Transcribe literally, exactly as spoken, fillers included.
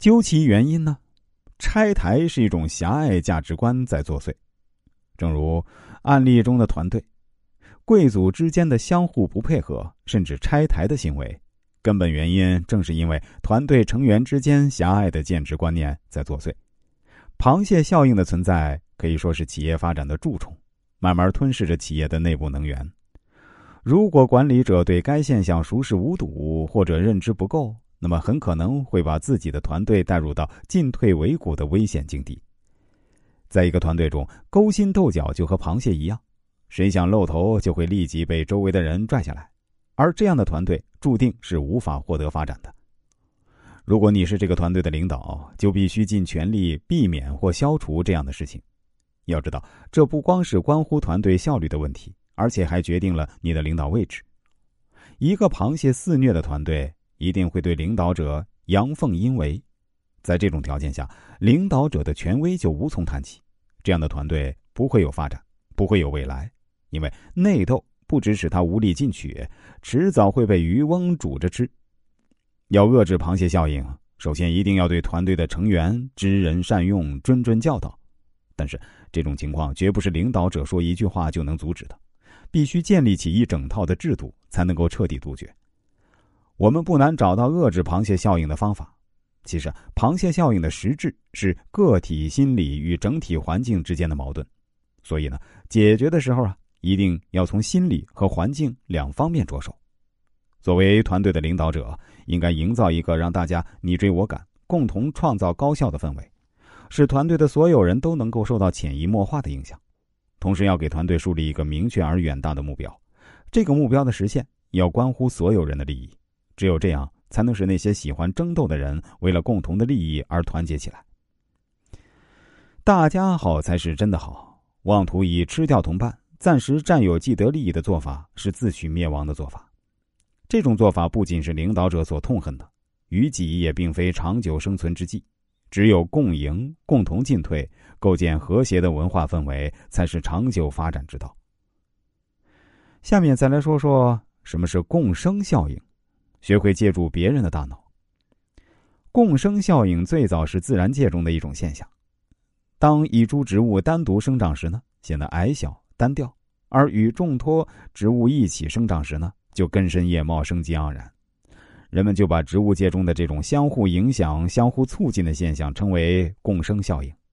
究其原因呢，拆台是一种狭隘价值观在作祟。正如案例中的团队，贵族之间的相互不配合，甚至拆台的行为，根本原因正是因为团队成员之间狭隘的价值观念在作祟。螃蟹效应的存在可以说是企业发展的蛀虫，慢慢吞噬着企业的内部能源。如果管理者对该现象熟视无睹或者认知不够，那么很可能会把自己的团队带入到进退维谷的危险境地。在一个团队中，勾心斗角就和螃蟹一样，谁想露头就会立即被周围的人拽下来，而这样的团队注定是无法获得发展的。如果你是这个团队的领导，就必须尽全力避免或消除这样的事情。要知道，这不光是关乎团队效率的问题，而且还决定了你的领导位置。一个螃蟹肆虐的团队一定会对领导者阳奉阴违，在这种条件下，领导者的权威就无从谈起，这样的团队不会有发展，不会有未来，因为内斗不只使他无力进取，迟早会被渔翁煮着吃。要遏制螃蟹效应，首先一定要对团队的成员知人善用，谆谆教导。但是这种情况绝不是领导者说一句话就能阻止的，必须建立起一整套的制度，才能够彻底杜绝。我们不难找到遏制螃蟹效应的方法。其实螃蟹效应的实质是个体心理与整体环境之间的矛盾，所以呢，解决的时候啊，一定要从心理和环境两方面着手。作为团队的领导者，应该营造一个让大家你追我赶，共同创造高效的氛围，使团队的所有人都能够受到潜移默化的影响。同时要给团队树立一个明确而远大的目标，这个目标的实现要关乎所有人的利益，只有这样才能使那些喜欢争斗的人为了共同的利益而团结起来。大家好才是真的好，妄图以吃掉同伴，暂时占有既得利益的做法是自取灭亡的做法。这种做法不仅是领导者所痛恨的，于己也并非长久生存之计。只有共赢、共同进退，构建和谐的文化氛围，才是长久发展之道。下面再来说说什么是共生效应，学会借助别人的大脑。共生效应最早是自然界中的一种现象。当一株植物单独生长时呢，显得矮小单调，而与众多植物一起生长时呢，就根深叶茂，生机盎然。人们就把植物界中的这种相互影响、相互促进的现象称为共生效应。